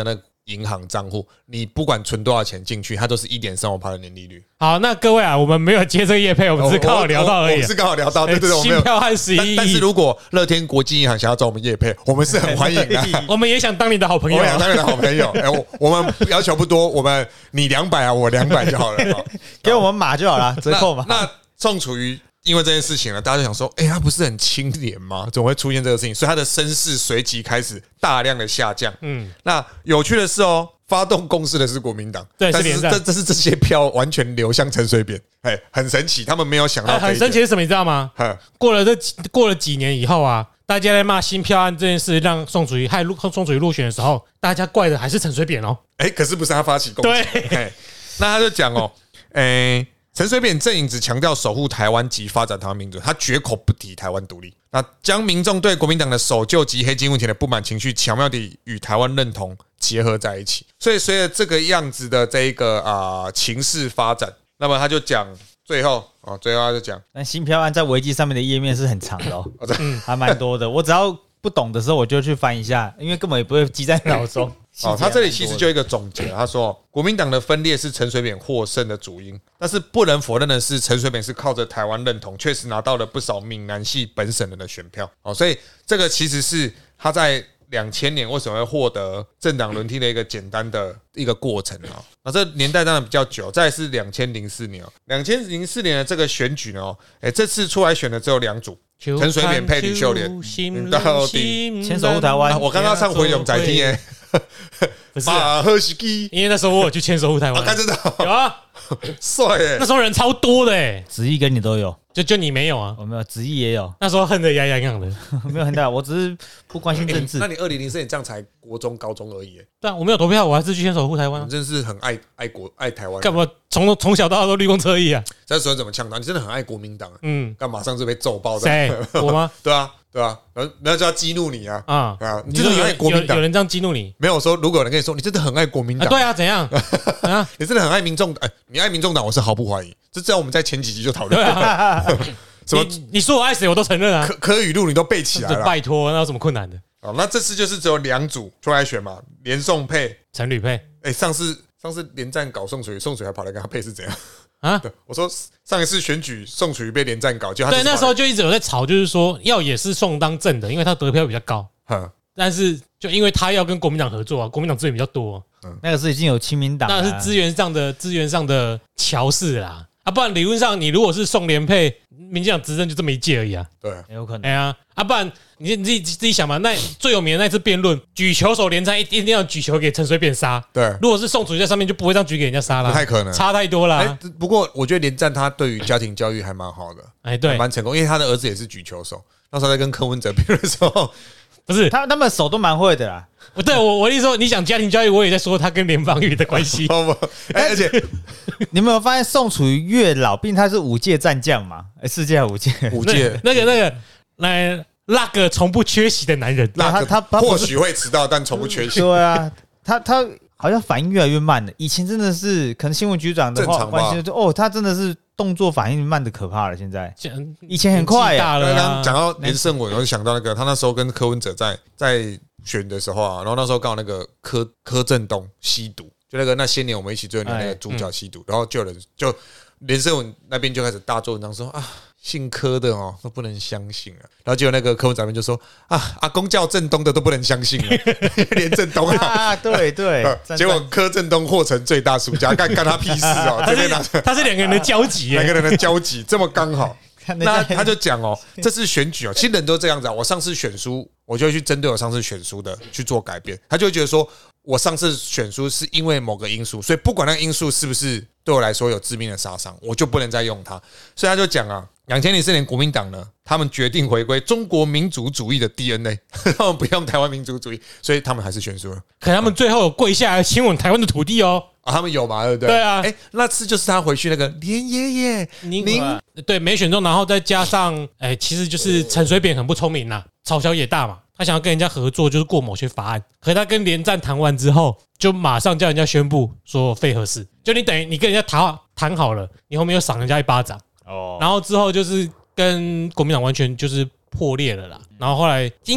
Speaker 3: 银行账户，你不管存多少钱进去，它都是一点三五趴的年利率。
Speaker 2: 好，那各位啊，我们没有接这个业配，我们只是刚好聊到而已。
Speaker 3: 我们是刚好聊到，对对对，我
Speaker 2: 新票和十一亿。
Speaker 3: 但是如果乐天国际银行想要找我们业配，我们是很欢迎的。
Speaker 2: 我们也想当你的好朋友，
Speaker 3: 我们想当你的好朋友。哎，我们要求不多，我们你两百啊，我两百就好了，
Speaker 1: 给我们码就好了，折扣嘛。
Speaker 3: 那宋楚瑜因为这件事情呢，大家就想说，哎，他不是很清廉吗？怎么会出现这个事情？所以他的声势随即开始大量的下降。嗯，那有趣的是哦。发动攻势的是国民党，
Speaker 2: 对，
Speaker 3: 但是这这是这些票完全流向陈水扁，哎，很神奇，他们没有想到。
Speaker 2: 很神奇是什么？你知道吗？过了这过了几年以后啊，大家在骂新票案这件事，让宋楚瑜害宋楚瑜入选的时候，大家怪的还是陈水扁哦。
Speaker 3: 哎，可是不是他发起攻击？对，那他就讲哦，哎，陈水扁阵营只强调守护台湾及发展台湾民主，他绝口不提台湾独立。那将民众对国民党的守旧及黑金问题的不满情绪，巧妙地与台湾认同结合在一起。所以随着这个样子的这一个啊、呃、情势发展，那么他就讲最后啊、哦，最后他就讲，
Speaker 1: 但新票案在维基上面的页面是很长的哦，还蛮多的。我只要不懂的时候，我就去翻一下，因为根本也不会记在脑中。
Speaker 3: 哦，他这里其实就一个总结，他说国民党的分裂是陈水扁获胜的主因，但是不能否认的是，陈水扁是靠着台湾认同，确实拿到了不少闽南系本省人的选票。哦，所以这个其实是他在两千年为什么会获得政党轮替的一个简单的一个过程啊。那这年代当然比较久，再来是两千零四年哦，两千零四年的这个选举呢，哦，哎，这次出来选的只有两组。陈水扁配吕秀莲，到底
Speaker 1: 牵手护台湾。
Speaker 3: 我刚刚唱回勇仔听耶，
Speaker 2: 不是啊，
Speaker 3: 喝西基，
Speaker 2: 因为那时候我有去牵手护台湾，
Speaker 3: 看真的
Speaker 2: 有啊，
Speaker 3: 帅耶，
Speaker 2: 那时候人超多的哎，
Speaker 1: 子毅跟你都有，
Speaker 2: 就就你没有啊，
Speaker 1: 我没有，子毅也有，
Speaker 2: 那时候恨得牙痒痒的，
Speaker 1: 没有恨到，我只是不关心政治。
Speaker 3: 那你二零零四年这样才国中、高中而已，
Speaker 2: 但我没有投票，我还是去牵手护台湾，
Speaker 3: 你真是很爱爱国、爱台湾，
Speaker 2: 干嘛从从小到大都绿公车衣啊？
Speaker 3: 这时候怎么呛他？你真的很爱国民党，嗯，干马上就被揍爆的？
Speaker 2: 谁？我吗？
Speaker 3: 对啊。对啊，然后人家就要激怒你啊！啊、嗯，啊，
Speaker 2: 你真的很爱国民党，有人这样激怒你？
Speaker 3: 没有说，如果有人跟你说你真的很爱国民党，
Speaker 2: 啊对啊，怎样？啊，
Speaker 3: 你真的很爱民众，哎，你爱民众党，我是毫不怀疑。这只要我们在前几集就讨论了。
Speaker 2: 什么？你说我爱谁，我都承认啊。
Speaker 3: 科科语录你都背起来了，
Speaker 2: 拜托，那有什么困难的？
Speaker 3: 哦，那这次就是只有两组出来选嘛，连宋配、
Speaker 2: 陈吕配。
Speaker 3: 哎，上次上次连战搞宋楚瑜，宋楚瑜还跑来跟他配是怎样？
Speaker 2: 啊！
Speaker 3: 我说上一次选举宋楚瑜被连战搞，就他
Speaker 2: 对那时候就一直有在吵，就是说要也是宋当正的，因为他得票比较高。但是就因为他要跟国民党合作啊，国民党资源比较多，
Speaker 1: 嗯，那个是已经有亲民党，
Speaker 2: 那是资源上的资源上的桥势啦。啊，不然理论上你如果是宋连配，民进党执政就这么一届而已啊。
Speaker 3: 对，
Speaker 1: 有可能。
Speaker 2: 哎呀，啊，不然你你自己自己想嘛，那最有名的那次辩论，举球手连战一定要举球给陈水扁杀。
Speaker 3: 对，
Speaker 2: 如果是宋楚瑜在上面，就不会这样举给人家杀了，
Speaker 3: 不太可能，
Speaker 2: 差太多了。
Speaker 3: 欸。不过我觉得连战他对于家庭教育还蛮好的，
Speaker 2: 哎，对，
Speaker 3: 蛮成功，因为他的儿子也是举球手。那时候在跟柯文哲辩论的时候，
Speaker 2: 不是
Speaker 1: 他他们手都蛮会的啦。
Speaker 2: 对我我意思说，你讲家庭教育，我也在说他跟联防宇的关系。
Speaker 3: 欸，而且
Speaker 1: 你有没有发现宋楚瑜越老，并他是五届战将嘛？哎，世界五届，
Speaker 3: 五届
Speaker 2: 那个那个来那个从不缺席的男人，
Speaker 3: 他他或许会迟到，但从不缺席。
Speaker 1: 对啊，他他好像反应越来越慢了。以前真的是可能新闻局长的话关系，哦，他真的是动作反应慢的可怕了。现在以前很快
Speaker 2: 呀。
Speaker 3: 刚刚讲到连胜文，我就想到那个他那时候跟柯文哲在在选的时候啊，然后那时候刚好那个柯柯震东吸毒，就那个那些年我们一起追的那个主角吸毒，然后就有人就连胜文那边就开始大做文章说啊。姓柯的哦，都不能相信啊！然后结果那个柯文哲就说啊，阿公叫振东的都不能相信啊，连振东啊，
Speaker 1: 啊，对对，
Speaker 3: 结果柯震东获成最大输家，干干他屁事哦！
Speaker 2: 他是他是两个人的交集，
Speaker 3: 两个人的交集这么刚好。那他就讲哦，这次选举哦，其实人都这样子啊。我上次选书，我就会去针对我上次选书的去做改变。他就会觉得说，我上次选书是因为某个因素，所以不管那个因素是不是对我来说有致命的杀伤，我就不能再用它。所以他就讲啊，两千零四年国民党呢，他们决定回归中国民族主义的 D N A， 他们不用台湾民族主义，所以他们还是选输了。
Speaker 2: 可他们最后跪下来亲吻台湾的土地哦。
Speaker 3: 啊，他们有嘛？对不对？
Speaker 2: 对啊，
Speaker 3: 哎、欸，那次就是他回去那个连爷爷，您
Speaker 2: 对没选中，然后再加上，哎、欸，其实就是陈水扁很不聪明呐，朝小野大嘛，他想要跟人家合作，就是过某些法案。可是他跟连战谈完之后，就马上叫人家宣布说废核四，就你等于你跟人家谈谈好了，你后面又赏人家一巴掌哦，然后之后就是跟国民党完全就是破裂了啦。然后后来应该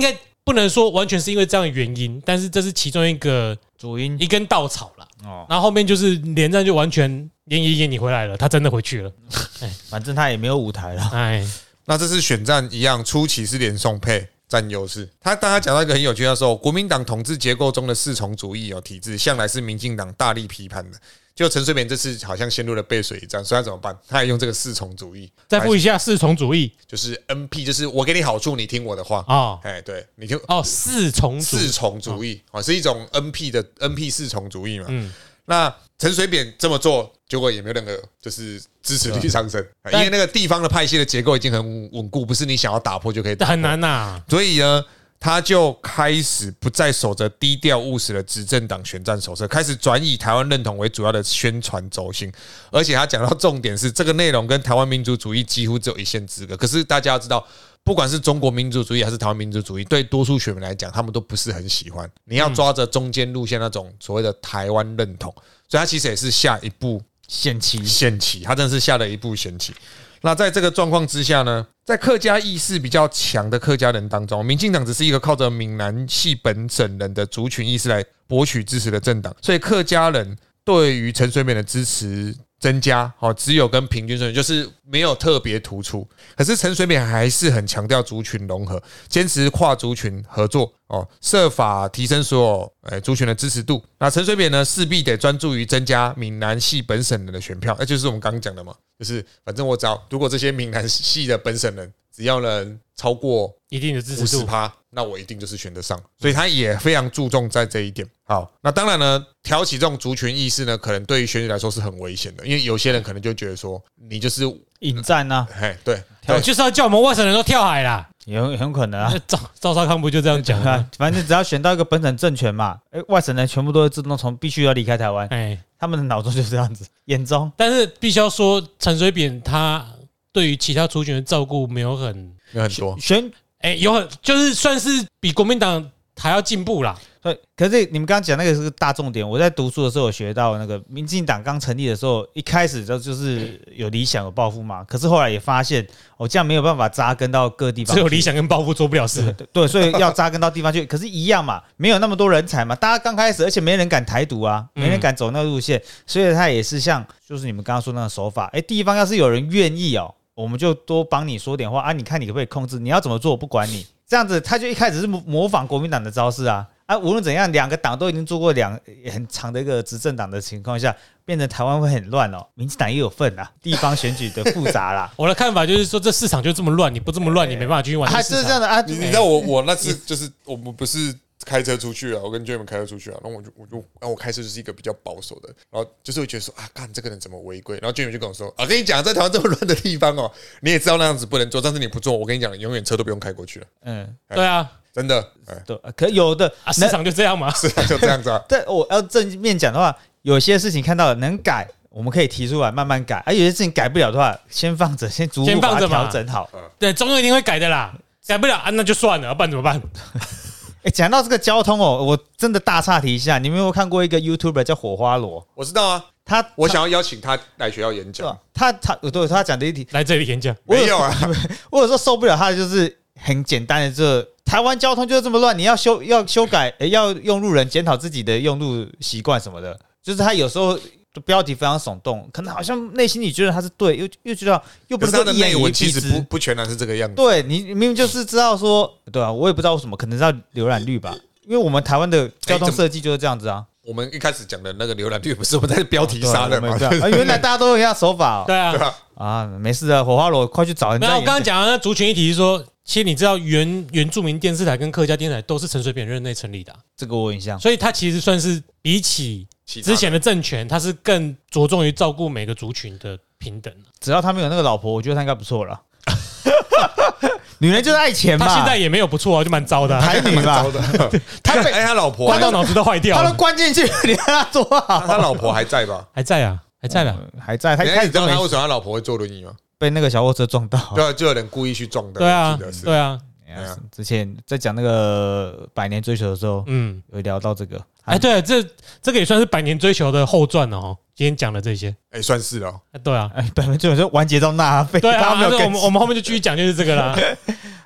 Speaker 2: 不能说完全是因为这样的原因，但是这是其中一个
Speaker 1: 主因
Speaker 2: 一根稻草啦。
Speaker 1: 哦，
Speaker 2: 然后后面就是连战就完全演一演你回来了，他真的回去了。
Speaker 1: 反正他也没有舞台了。
Speaker 2: 哎，
Speaker 3: 那这次选战一样，初期是连宋配占优势。他当他讲到一个很有趣的时候，国民党统治结构中的四重主义哦体制，向来是民进党大力批判的。就陈水扁这次好像陷入了背水一战，所以他怎么办？他也用这个四重主义。
Speaker 2: 再复一下四重主义，
Speaker 3: 就是 N P， 就是我给你好处，你听我的话。
Speaker 2: 哦，
Speaker 3: 哎，对你听
Speaker 2: 哦，四重
Speaker 3: 四重主义啊，是一种 N P 的 N P 四重主义嘛。
Speaker 2: 嗯，
Speaker 3: 那陈水扁这么做，结果也没有任何就是支持率上升，因为那个地方的派系的结构已经很稳固，不是你想要打破就可以打破，
Speaker 2: 很难呐、啊。
Speaker 3: 所以呢，他就开始不再守着低调务实的执政党选战手册，开始转以台湾认同为主要的宣传轴心。而且他讲到重点是，这个内容跟台湾民族主义几乎只有一线之隔。可是大家要知道，不管是中国民族主义还是台湾民族主义，对多数选民来讲，他们都不是很喜欢。你要抓着中间路线那种所谓的台湾认同，所以他其实也是下一步
Speaker 1: 限期，
Speaker 3: 限期，他真的是下了一步限期。那在这个状况之下呢，在客家意识比较强的客家人当中，民进党只是一个靠着闽南系本省人的族群意识来博取支持的政党，所以客家人对于陈水扁的支持增加，只有跟平均水平，就是没有特别突出。可是陈水扁还是很强调族群融合，坚持跨族群合作，设法提升所有族群的支持度。那陈水扁呢，势必得专注于增加闽南系本省人的选票，那就是我们刚刚讲的嘛，就是反正我只要如果这些闽南系的本省人只要能超过
Speaker 2: 一定的支持度，
Speaker 3: 那我一定就是选得上，所以他也非常注重在这一点。好，那当然呢，挑起这种族群意识呢，可能对于选举来说是很危险的，因为有些人可能就觉得说，你就是
Speaker 1: 引战啊，
Speaker 3: 嘿，对，
Speaker 2: 我就是要叫我们外省人都跳海啦，
Speaker 1: 也很很可能啊。
Speaker 2: 赵赵少康不就这样讲吗？
Speaker 1: 反正只要选到一个本省政权嘛，外省人全部都会自动从必须要离开台湾，哎，他们的脑中就是这样子，眼中。
Speaker 2: 但是必须要说，陈水扁他对于其他族群的照顾没有很
Speaker 3: 没有很多
Speaker 1: 选。
Speaker 2: 哎、欸，有很就是算是比国民党还要进步啦。
Speaker 1: 对，可是你们刚刚讲那个是个大重点。我在读书的时候有学到，那个民进党刚成立的时候，一开始就就是有理想有抱负嘛。可是后来也发现，哦，这样没有办法扎根到各地方，
Speaker 2: 只有理想跟抱负做不了事。
Speaker 1: 对，对，所以要扎根到地方去。可是，一样嘛，没有那么多人才嘛。大家刚开始，而且没人敢台独啊，没人敢走那个路线，所以他也是像就是你们刚刚说那个手法。哎、欸，地方要是有人愿意哦。我们就多帮你说点话啊！你看你可不可以控制？你要怎么做我不管你。这样子，他就一开始是模仿国民党的招式啊啊！无论怎样，两个党都已经做过两很长的一个执政党的情况下，变成台湾会很乱哦。民进党也有份啊，地方选举的复杂啦。
Speaker 2: 我的看法就是说，这市场就这么乱，你不这么乱，你没办法继续玩。
Speaker 1: 还是这样的啊！
Speaker 3: 你你知道我我那次就是我们不是。开车出去啊，我跟 Jim 开车出去啊，然后我就我就，然后我开车就是一个比较保守的，然后就是会觉得说啊，干这个人怎么违规？然后 Jim 就跟我说啊，跟你讲，在台湾这么乱的地方哦，你也知道那样子不能做，但是你不做，我跟你讲，永远车都不用开过去了。
Speaker 1: 嗯，
Speaker 2: 对啊，
Speaker 3: 真的，
Speaker 1: 对，可有的
Speaker 2: 啊，市场就这样嘛，
Speaker 3: 是就这样子啊。
Speaker 1: 但我要正面讲的话，有些事情看到了能改，我们可以提出来慢慢改；而有些事情改不了的话，先放着，先逐步把它调整好。
Speaker 2: 对，终究一定会改的啦，改不了啊，那就算了，不然怎么办？
Speaker 1: 哎，讲到这个交通哦，我真的大岔题一下，你们有没有看过一个 YouTuber 叫火花罗？
Speaker 3: 我知道啊，
Speaker 1: 他
Speaker 3: 我想要邀请他来学校演讲，
Speaker 1: 他他对他讲的一题
Speaker 2: 来这里演讲，
Speaker 3: 没有啊，
Speaker 1: 我有时候受不了他的就是很简单的，这台湾交通就是这么乱，你要修要修改，欸、要用路人检讨自己的用路习惯什么的，就是他有时候。标题非常耸动，可能好像内心里觉得他是对，又又觉得又不是
Speaker 3: 一言以蔽之，其实不不全然是这个样子。
Speaker 1: 对你明明就是知道说，对啊，我也不知道为什么，可能是要浏览率吧，因为我们台湾的交通设计就是这样子啊。
Speaker 3: 我们一开始讲的那个浏览率不是我们在标题杀的吗？
Speaker 1: 啊，原来大家都有一样手法、哦。
Speaker 2: 对啊，
Speaker 1: 啊，没事的，火花罗快去找人。
Speaker 2: 没有，我刚刚讲的那族群议题是说，其实你知道原原住民电视台跟客家电视台都是陈水扁任内成立的、啊，
Speaker 1: 这个我有印象。
Speaker 2: 所以他其实算是比起之前的政权，他是更着重于照顾每个族群的平等。
Speaker 1: 只要他没有那个老婆，我觉得他应该不错了。女人就是爱钱嘛，
Speaker 2: 他现在也没有不错啊，就蛮糟的、啊，
Speaker 1: 台女吧。
Speaker 3: 他被哎，他老婆
Speaker 2: 关到脑子都坏掉了，
Speaker 1: 他都关进去，你让他多好。
Speaker 3: 他老婆还在吧？
Speaker 2: 还在啊，还在了、
Speaker 1: 嗯，还在。他一开始
Speaker 3: 你知道他为什么他老婆会坐轮椅吗？
Speaker 1: 被那个小货车撞到。
Speaker 3: 对啊，就有人故意去撞的。
Speaker 2: 对啊，对啊。
Speaker 1: 之前在讲那个百年追求的时候，嗯，有聊到这个。
Speaker 2: 哎，对、啊，这这个也算是百年追求的后传哦。今天讲的这些，
Speaker 3: 哎，算是了。
Speaker 2: 对啊，
Speaker 1: 哎，百年追求就完结到那，
Speaker 2: 对啊，那我们我们后面就继续讲就是这个啦。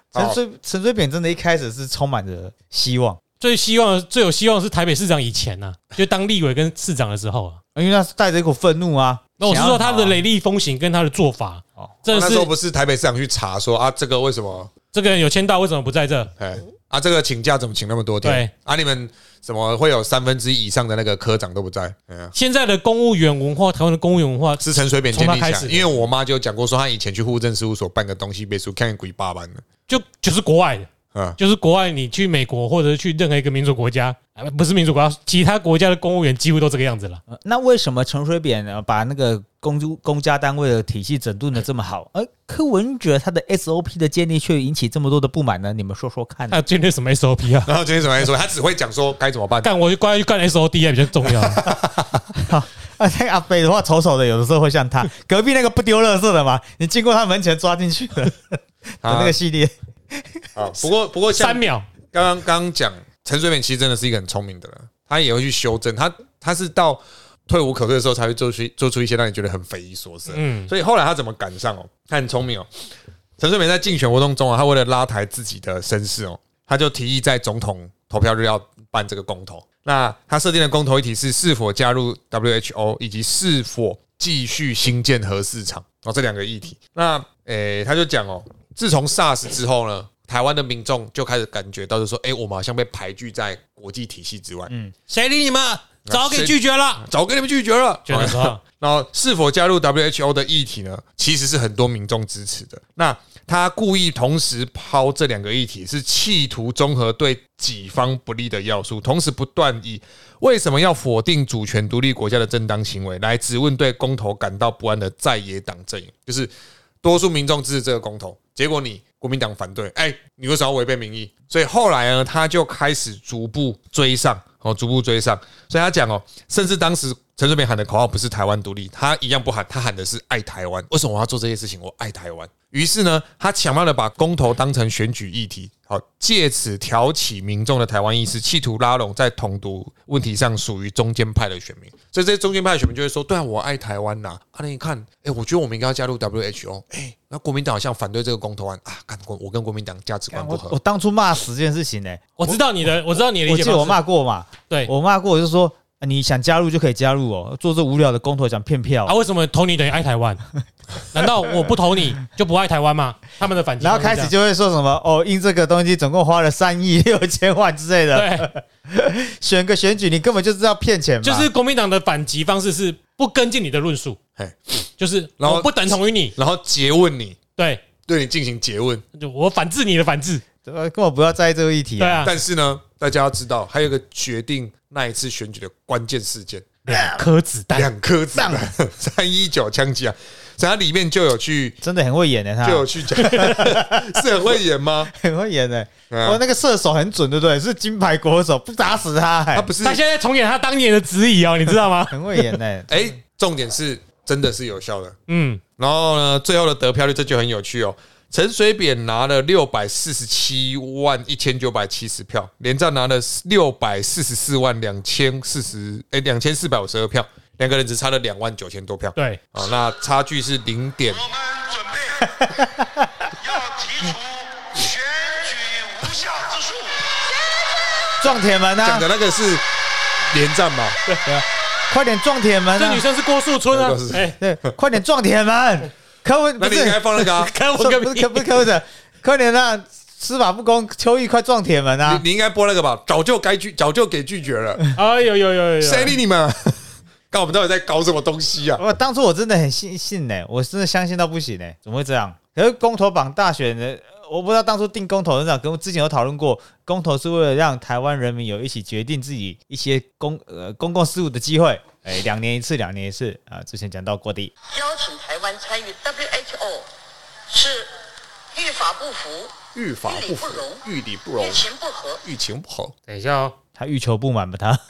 Speaker 1: 陈水陈水扁真的一开始是充满着希望，
Speaker 2: 最希望最有希望的是台北市长以前呐、啊，就当立委跟市长的时候啊，
Speaker 1: 因为他是带着一股愤怒啊。
Speaker 2: 那我是说他的雷厉风行跟他的做法，哦，这
Speaker 3: 那时候不是台北市长去查说啊，这个为什么
Speaker 2: 这个人有签到，为什么不在这？
Speaker 3: 哎啊，这个请假怎么请那么多天？对啊，你们怎么会有三分之一以上的那个科长都不在？
Speaker 2: 现在的公务员文化，台湾的公务员文化
Speaker 3: 是陈水扁建立起来，因为我妈就讲过说，她以前去户政事务所办个东西，被说看鬼八班的，
Speaker 2: 就就是国外的。嗯，就是国外，你去美国或者去任何一个民主国家，不是民主国家，其他国家的公务员几乎都这个样子了。
Speaker 1: 呃、那为什么陈水扁把那个公公家单位的体系整顿的这么好，而柯文哲他的 S O P 的建立却引起这么多的不满呢？你们说说看。
Speaker 2: 他建立什么 S O P 啊？
Speaker 3: 然后建立什么 S O P？ 他只会讲说该怎么办。
Speaker 2: 干，我就关于干 S O D 还比较重要。
Speaker 1: 啊，那个阿北的话，丑丑的，有的时候会像他隔壁那个不丢垃圾的嘛，你经过他门前抓进去的的那个系列。
Speaker 3: 啊，不过不过
Speaker 2: 三秒，
Speaker 3: 刚刚刚刚讲陈水扁其实真的是一个很聪明的人，他也会去修正，他他是到退无可退的时候才会做出做出一些让你觉得很匪夷所思。嗯，所以后来他怎么赶上哦？他很聪明哦。陈水扁在竞选活动中啊，他为了拉抬自己的声势哦，他就提议在总统投票日要办这个公投。那他设定的公投议题是是否加入 W H O 以及是否继续新建核市场哦，这两个议题。那诶，他就讲哦。自从 SARS 之后呢，台湾的民众就开始感觉到，就是说，哎、欸，我们好像被排拒在国际体系之外。嗯，谁理你们？早给拒绝了，早给你们拒绝了。
Speaker 2: 就那时候，
Speaker 3: 然后是否加入 W H O 的议题呢？其实是很多民众支持的。那他故意同时抛这两个议题，是企图综合对己方不利的要素，同时不断以为什么要否定主权独立国家的正当行为，来质问对公投感到不安的在野党阵营，就是多数民众支持这个公投。结果你国民党反对，哎、欸，你为什么要违背民意？所以后来呢，他就开始逐步追上，哦，逐步追上。所以他讲哦，甚至当时陈水扁喊的口号不是台湾独立，他一样不喊，他喊的是爱台湾。为什么我要做这些事情？我爱台湾。于是呢，他巧妙的把公投当成选举议题，好，借此挑起民众的台湾意识，企图拉拢在统独问题上属于中间派的选民。所以这些中间派的选民就会说：“对啊，我爱台湾呐、啊。”啊，你看，哎、欸，我觉得我们应该要加入 W H O。哎、欸，那国民党好像反对这个公投案啊，干我跟国民党价值观不合。
Speaker 1: 我, 我当初骂死这件事情呢、欸，
Speaker 2: 我知道你的，我知道你的理解方式。
Speaker 1: 我记得我骂过嘛，
Speaker 2: 对
Speaker 1: 我骂过，我就说。你想加入就可以加入哦，做这无聊的公投讲骗票
Speaker 2: 啊？为什么投你等于爱台湾？难道我不投你就不爱台湾吗？他们的反击，
Speaker 1: 然后开始就会说什么哦，因这个东西总共花了三亿六千万之类的，对，选个选举你根本就知道骗钱嘛。
Speaker 2: 就是国民党的反击方式是不跟进你的论述，就是我不等同于你，
Speaker 3: 然后诘问你，
Speaker 2: 对，
Speaker 3: 对你进行诘问，
Speaker 2: 就我反制你的反制，
Speaker 1: 根本不要在意这个议题、啊。
Speaker 2: 对啊，
Speaker 3: 但是呢，大家要知道，还有一个决定那一次选举的关键事件。
Speaker 2: 两颗子弹，
Speaker 3: 两颗子弹，三一九枪击啊！所以它里面就有去，
Speaker 1: 真的很会演的、欸，他
Speaker 3: 就有去讲，是很会演吗？
Speaker 1: 很会演的、欸，我、嗯、那个射手很准，对不对？是金牌国手，不打死他、欸，
Speaker 3: 他不是，
Speaker 2: 他现在重演他当年的质疑哦，你知道吗？
Speaker 1: 很会演的、欸，
Speaker 3: 哎、欸，重点是真的是有效的，嗯。然后呢，最后的得票率这就很有趣哦。陈水扁拿了六百四十七万一千九百七十票，连战拿了六百四十四万两千四十哎两千四百五十二票，两个人只差了两万九千多票。
Speaker 2: 对，
Speaker 3: 哦，那差距是零点。
Speaker 4: 我们准备要提出选举无效之诉。
Speaker 1: 撞铁门啊！
Speaker 3: 讲的那个是连战嘛？
Speaker 1: 对啊，快点撞铁门啊！
Speaker 2: 这女生是郭树春啊！
Speaker 1: 哎，对，快点撞铁门！柯文，
Speaker 3: 那你应该放那个啊，
Speaker 1: 柯文不是不是柯文哲，快点让司法不公，邱毅快撞铁门啊！
Speaker 3: 你你应该播那个吧？早就该拒，早就给拒绝了。
Speaker 2: 哎呦呦呦呦！
Speaker 3: 谁理你们？看我们到底在搞什么东西啊？
Speaker 1: 我当初我真的很信信呢、欸，我真的相信到不行呢、欸，怎么会这样？可是公投榜大选的，我不知道当初定公投是这样，跟我之前有讨论过，公投是为了让台湾人民有一起决定自己一些公呃公共事务的机会。哎，两年一次，两年一次啊！之前讲到过的，
Speaker 4: 邀请台湾参与 W H O 是欲法不服，
Speaker 3: 欲法不服，欲理不容，
Speaker 4: 欲情不合，
Speaker 3: 欲情不合。
Speaker 2: 等一下哦，
Speaker 1: 他欲求不满吧？他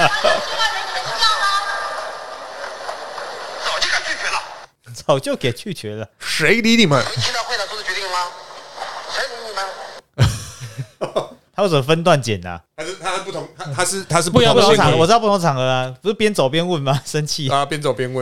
Speaker 4: 早就敢拒绝了，
Speaker 1: 早就给拒绝了。
Speaker 3: 谁理你们？
Speaker 4: 你听到会长做的决定了吗？谁理你们？
Speaker 1: 他为什么分段剪呢、啊？
Speaker 3: 他是他不同，他他是他是
Speaker 2: 不同
Speaker 1: 不同场合，我知道不同场合啊，不是边走边问吗？生气
Speaker 3: 啊，边走边问啊。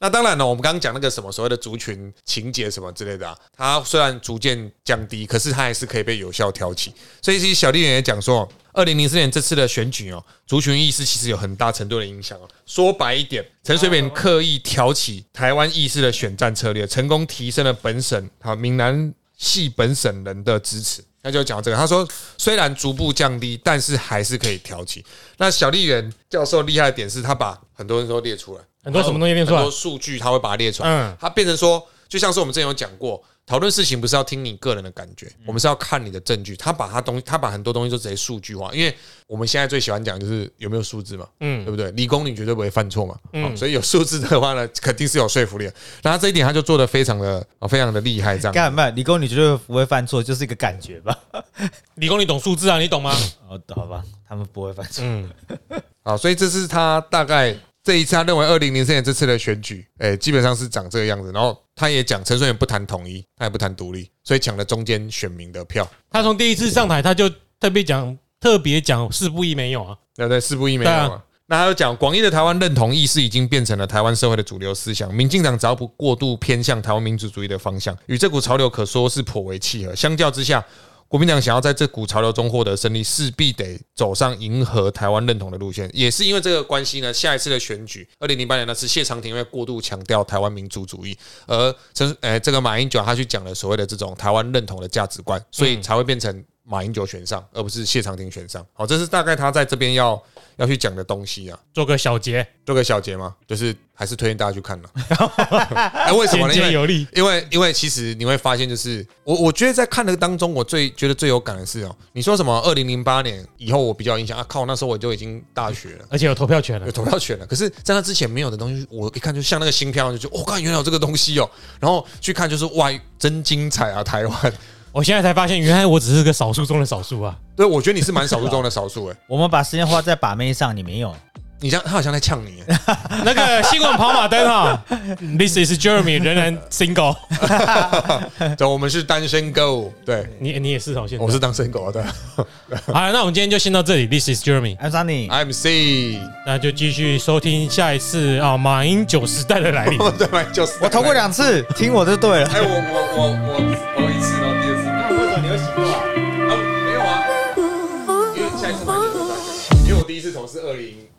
Speaker 3: 那当然了，我们刚刚讲那个什么所谓的族群情节什么之类的啊，它虽然逐渐降低，可是它还是可以被有效挑起。所以其实小丽人也讲说，二零零四年这次的选举哦，族群意识其实有很大程度的影响哦。说白一点，陈水扁刻意挑起台湾意识的选战策略，成功提升了本省好闽南系本省人的支持。他就讲这个，他说虽然逐步降低，但是还是可以挑起。那小丽人教授厉害的点是他把很多人都列出来，
Speaker 2: 很多什么东西列出来，
Speaker 3: 很多数据他会把它列出来。
Speaker 2: 嗯，
Speaker 3: 他变成说，就像是我们之前有讲过，讨论事情不是要听你个人的感觉，我们是要看你的证据。他把他东西，他把很多东西都直接数据化，因为我们现在最喜欢讲就是有没有数字嘛，嗯，对不对？理工你绝对不会犯错嘛，嗯，所以有数字的话呢，肯定是有说服力的。然后这一点他就做得非常的非常的厉害，这样。
Speaker 1: 干嘛？理工你绝对不会犯错，就是一个感觉吧？
Speaker 2: 理工你懂数字啊？你懂吗？
Speaker 1: 哦，好吧，他们不会犯错。
Speaker 2: 嗯，
Speaker 3: 好，所以这是他大概。这一次他认为二零零四年这次的选举，哎，基本上是长这个样子。然后他也讲陈水扁不谈统一，他也不谈独立，所以抢了中间选民的票。
Speaker 2: 他从第一次上台他就特别讲，特别讲四不一没有啊，
Speaker 3: 对对，四不一没有啊。那他又讲，广义的台湾认同意识已经变成了台湾社会的主流思想，民进党只要不过度偏向台湾民主主义的方向，与这股潮流可说是颇为契合。相较之下，国民党想要在这股潮流中获得胜利，势必得走上迎合台湾认同的路线。也是因为这个关系呢，下一次的选举，二零零八年那次谢长廷因为过度强调台湾民主主义，而陈呃这个马英九他去讲了所谓的这种台湾认同的价值观，所以才会变成马英九选上，而不是谢长廷选上。好，这是大概他在这边要要去讲的东西啊。
Speaker 2: 做个小结，
Speaker 3: 做个小结嘛，就是还是推荐大家去看了。哎，为什么呢？
Speaker 2: 简洁有力。
Speaker 3: 因为因为其实你会发现，就是我我觉得在看的当中，我最觉得最有感的是哦，你说什么？二零零八年以后，我比较有印象啊，靠，那时候我就已经大学了，
Speaker 2: 而且有投票权了，
Speaker 3: 有投票权了。可是，在那之前没有的东西，我一看就像那个新票，就觉得我靠，原来有这个东西哦。然后去看就是哇，真精彩啊，台湾。
Speaker 2: 我现在才发现，原来我只是个少数中的少数啊！
Speaker 3: 对，我觉得你是蛮少数中的少数哎。
Speaker 1: 我们把时间花在把妹上，你没有。
Speaker 3: 你像他好像在呛你。
Speaker 2: 那个新闻跑马灯哈 ，This is Jeremy 仍然 single。
Speaker 3: 走，我们是单身狗。对，
Speaker 2: 你你也是哦，现在
Speaker 3: 我是单身狗的。
Speaker 2: 好了，那我们今天就先到这里。This is Jeremy，I'm
Speaker 1: Sunny，I'm
Speaker 3: C。
Speaker 2: 那就继续收听下一次啊，马英九时代的来临。
Speaker 3: 对，马英九时代。
Speaker 1: 我投过两次，听我就对了。
Speaker 3: 哎，我我我我投一次，然后第二次。
Speaker 1: 那为什么你会醒过来？
Speaker 3: 啊，没有啊，因为下一次马英九时代，因为我第一次投是二零。